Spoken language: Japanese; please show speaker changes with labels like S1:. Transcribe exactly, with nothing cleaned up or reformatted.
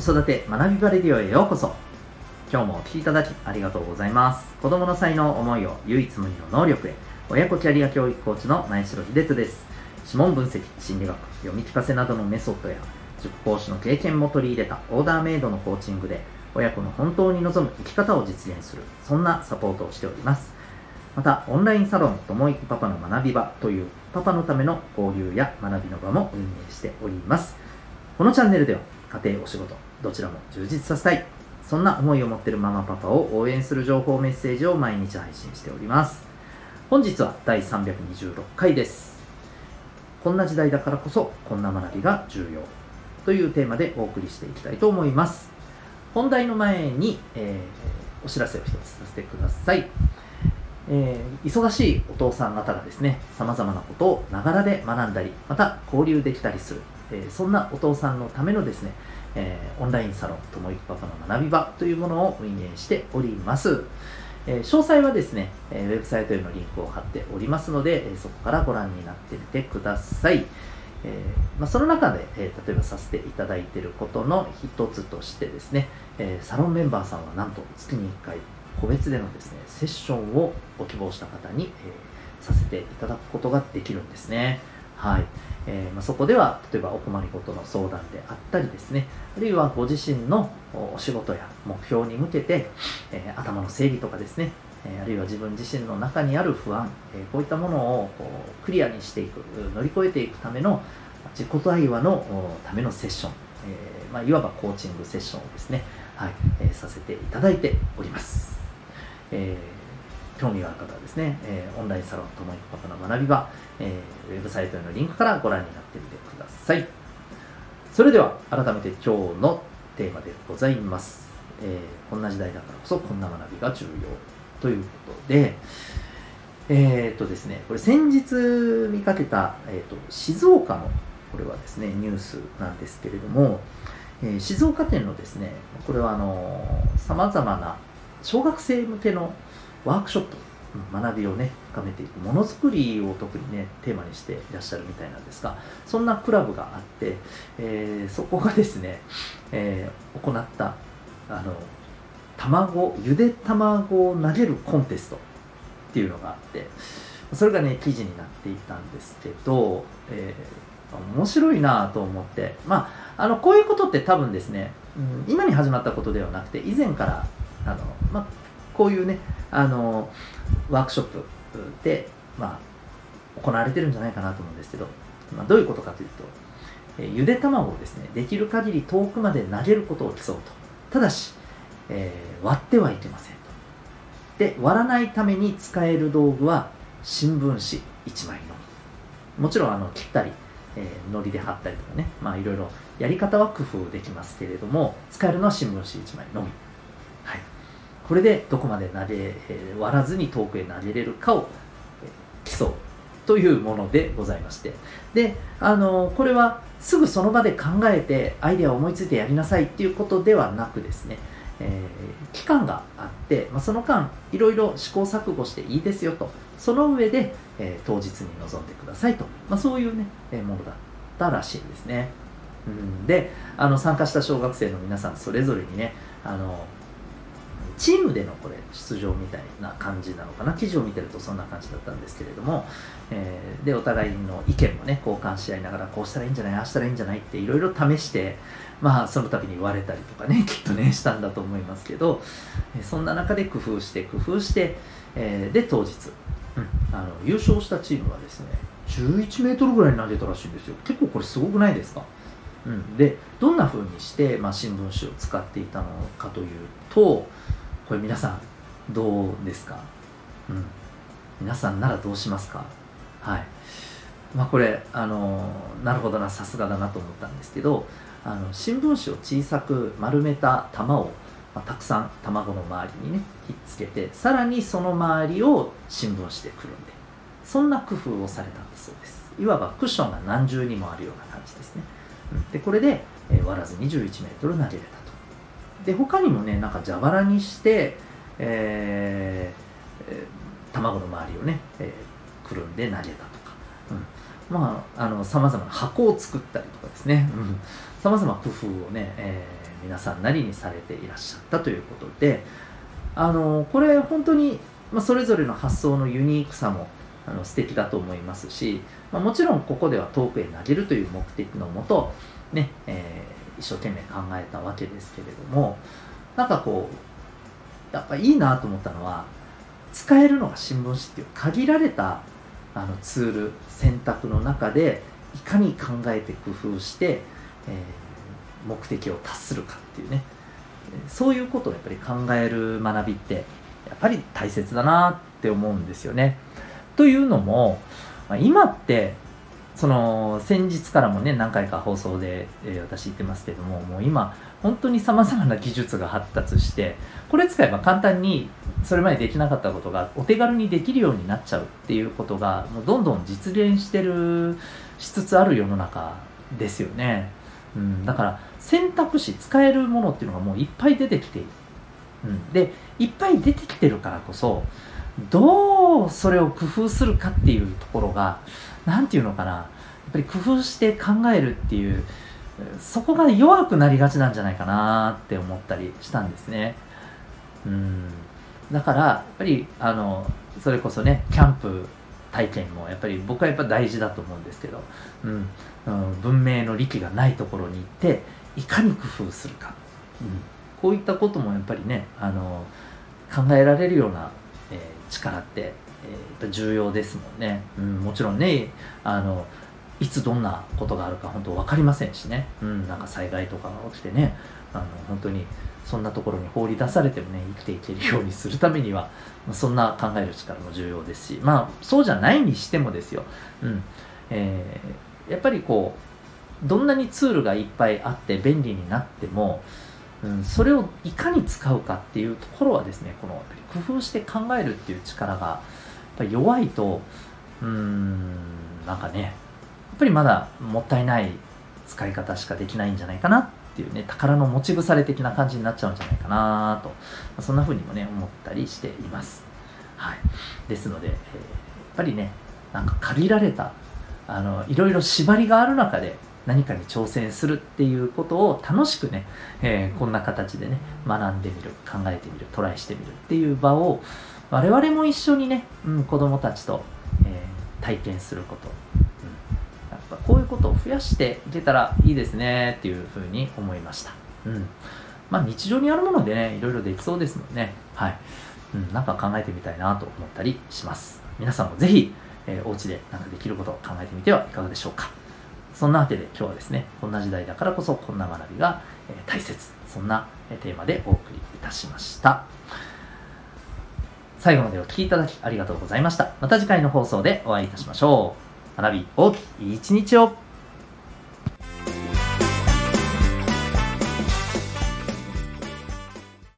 S1: 育て学びバレディオへようこそ。今日もお聞きいただきありがとうございます。子供の才能、思いを唯一無二の能力へ、親子キャリア教育コーチの前城秀人です。指紋分析、心理学、読み聞かせなどのメソッドや塾講師の経験も取り入れたオーダーメイドのコーチングで親子の本当に望む生き方を実現する、そんなサポートをしております。またオンラインサロンともいくパパの学び場というパパのための交流や学びの場も運営しております。このチャンネルでは家庭、お仕事どちらも充実させたい、そんな思いを持っているママパパを応援する情報メッセージを毎日配信しております。本日はだいさんびゃくにじゅうろっかいです。こんな時代だからこそこんな学びが重要というテーマでお送りしていきたいと思います。本題の前に、えー、お知らせを一つさせてください。えー、忙しいお父さん方がですね、様々なことをながらで学んだり、また交流できたりする、えー、そんなお父さんのためのですね、えー、オンラインサロンともいくパパの学び場というものを運営しております。えー、詳細はですね、えー、ウェブサイトへのリンクを貼っておりますので、えー、そこからご覧になってみてください。えーまあ、その中で、えー、例えばさせていただいていることの一つとしてですね、えー、サロンメンバーさんはなんと月にいっかい個別でのですねセッションをご希望した方に、えー、させていただくことができるんですね。はい。えーまあ、そこでは例えばお困りごとの相談であったりですね、あるいはご自身のお仕事や目標に向けて、えー、頭の整理とかですね、えー、あるいは自分自身の中にある不安、えー、こういったものをこうクリアにしていく、乗り越えていくための自己対話のためのセッション、えーまあ、いわばコーチングセッションをですね、はいえー、させていただいております。えー、興味がある方はですね、えー、オンラインサロンともいくパパの学び場、えー、ウェブサイトへのリンクからご覧になってみてください。それでは改めて今日のテーマでございます。えー、こんな時代だからこそこんな学びが重要ということで、えーとですね、これ先日見かけた、えーと静岡のこれはですねニュースなんですけれども、えー、静岡県のですね、これはあのさまざまな小学生向けのワークショップ、学びをね深めていくものづくりを特にねテーマにしていらっしゃるみたいなんですが、そんなクラブがあって、えー、そこがですね、えー、行ったあの卵ゆで卵を投げるコンテストっていうのがあって、それがね記事になっていたんですけど、えー、面白いなと思って、まああのこういうことって多分ですね、うん、今に始まったことではなくて以前からあの、まあ、こういうねあのワークショップで、まあ、行われてるんじゃないかなと思うんですけど、まあ、どういうことかというと、えー、ゆで卵をですねできる限り遠くまで投げることを競うと。ただし、えー、割ってはいけませんと。で割らないために使える道具は新聞紙いちまいのみ。もちろんあの切ったり、えー、糊で貼ったりとかね、まあいろいろやり方は工夫できますけれども、使えるのは新聞紙いちまいのみ。はい、これでどこまで投げ、えー、割らずに遠くへ投げれるかを、えー、競うというものでございまして、で、あのー、これはすぐその場で考えてアイデアを思いついてやりなさいっていうことではなくですね、えー、期間があって、まあ、その間いろいろ試行錯誤していいですよと、その上で、えー、当日に臨んでくださいと、まあ、そういうね、えー、ものだったらしいんですね。うん、で、あの参加した小学生の皆さんそれぞれにね、あのチームでのこれ出場みたいな感じなのかな、記事を見てるとそんな感じだったんですけれども、えー、でお互いの意見もね交換し合いながら、こうしたらいいんじゃない、ああしたらいいんじゃないっていろいろ試して、まあその度に言われたりとかねきっとねしたんだと思いますけど、そんな中で工夫して工夫して、えー、で当日、うん、あの優勝したチームはですねじゅういちメートルぐらい投げたらしいんですよ。結構これすごくないですか？うん、でどんな風にして、まあ、新聞紙を使っていたのかというと、これ皆さんどうですか？うん、皆さんならどうしますか？はい。まあこれあのなるほどな、さすがだなと思ったんですけど、あの新聞紙を小さく丸めた玉を、まあ、たくさん卵の周りにねひっつけて、さらにその周りを新聞紙でくるんで、そんな工夫をされたんだそうです。いわばクッションが何重にもあるような感じですね。うん、でこれで、えー、割らずにじゅういちメートル投げれたと。で他にもね、なんか蛇腹にして、えーえー、卵の周りをね、えー、くるんで投げたとか、うん、まああのさまざまな箱を作ったりとかですね、さまざま工夫をね、え皆さんなりにされていらっしゃったということで、あのこれ本当に、まあ、それぞれの発想のユニークさもあの素敵だと思いますし、まあ、もちろんここでは遠くへ投げるという目的のもと、ねえー、一生懸命考えたわけですけれども、なんかこうやっぱいいなと思ったのは、使えるのが新聞紙っていう限られたあのツール選択の中でいかに考えて工夫して、えー、目的を達するかっていうね、そういうことをやっぱり考える学びってやっぱり大切だなって思うんですよね。というのも、今ってその先日からもね何回か放送で、えー、私言ってますけども、もう今本当にさまざまな技術が発達して、これ使えば簡単にそれまでできなかったことがお手軽にできるようになっちゃうっていうことがもうどんどん実現してるしつつある世の中ですよね。うん、だから選択肢使えるものっていうのがもういっぱい出てきている、うん、でいっぱい出てきてるからこそ、どうそれを工夫するかっていうところが、なんていうのかな、やっぱり工夫して考えるっていう、そこが弱くなりがちなんじゃないかなって思ったりしたんですね。うんだからやっぱりあのそれこそね、キャンプ体験もやっぱり僕はやっぱ大事だと思うんですけど、うんうん、文明の利器がないところに行っていかに工夫するか、うん、こういったこともやっぱりね、あの考えられるような、えー、力って、えー、やっぱ重要ですもんね。うん、もちろんね、あのいつどんなことがあるか本当分かりませんしね、うん、なんか災害とかが起きてね、あの本当にそんなところに放り出されてもね、生きていけるようにするためには、そんな考える力も重要ですし、まあそうじゃないにしてもですよ、うんえー、やっぱりこうどんなにツールがいっぱいあって便利になっても、うん、それをいかに使うかっていうところはですね、このやっぱり工夫して考えるっていう力がやっぱり弱いと、うーんなんかね、やっぱりまだもったいない使い方しかできないんじゃないかなっていうね、宝の持ち腐れ的な感じになっちゃうんじゃないかなと、そんな風にもね思ったりしています。はい、ですので、えー、やっぱりね、なんか限られたあのいろいろ縛りがある中で何かに挑戦するっていうことを楽しくね、えー、こんな形でね学んでみる、考えてみる、トライしてみるっていう場を我々も一緒にね、うん、子供たちと、えー、体験すること、やっぱこういうことを増やしていけたらいいですねっていうふうに思いました。うん。まあ日常にあるものでね、いろいろできそうですもんね。はい。うん、なんか考えてみたいなと思ったりします。皆さんもぜひ、えー、お家でなんかできることを考えてみてはいかがでしょうか。そんなわけで今日はですね、こんな時代だからこそこんな学びが、えー、大切。そんな、えー、テーマでお送りいたしました。最後までお聞きいただきありがとうございました。また次回の放送でお会いいたしましょう。学び大きい一日を。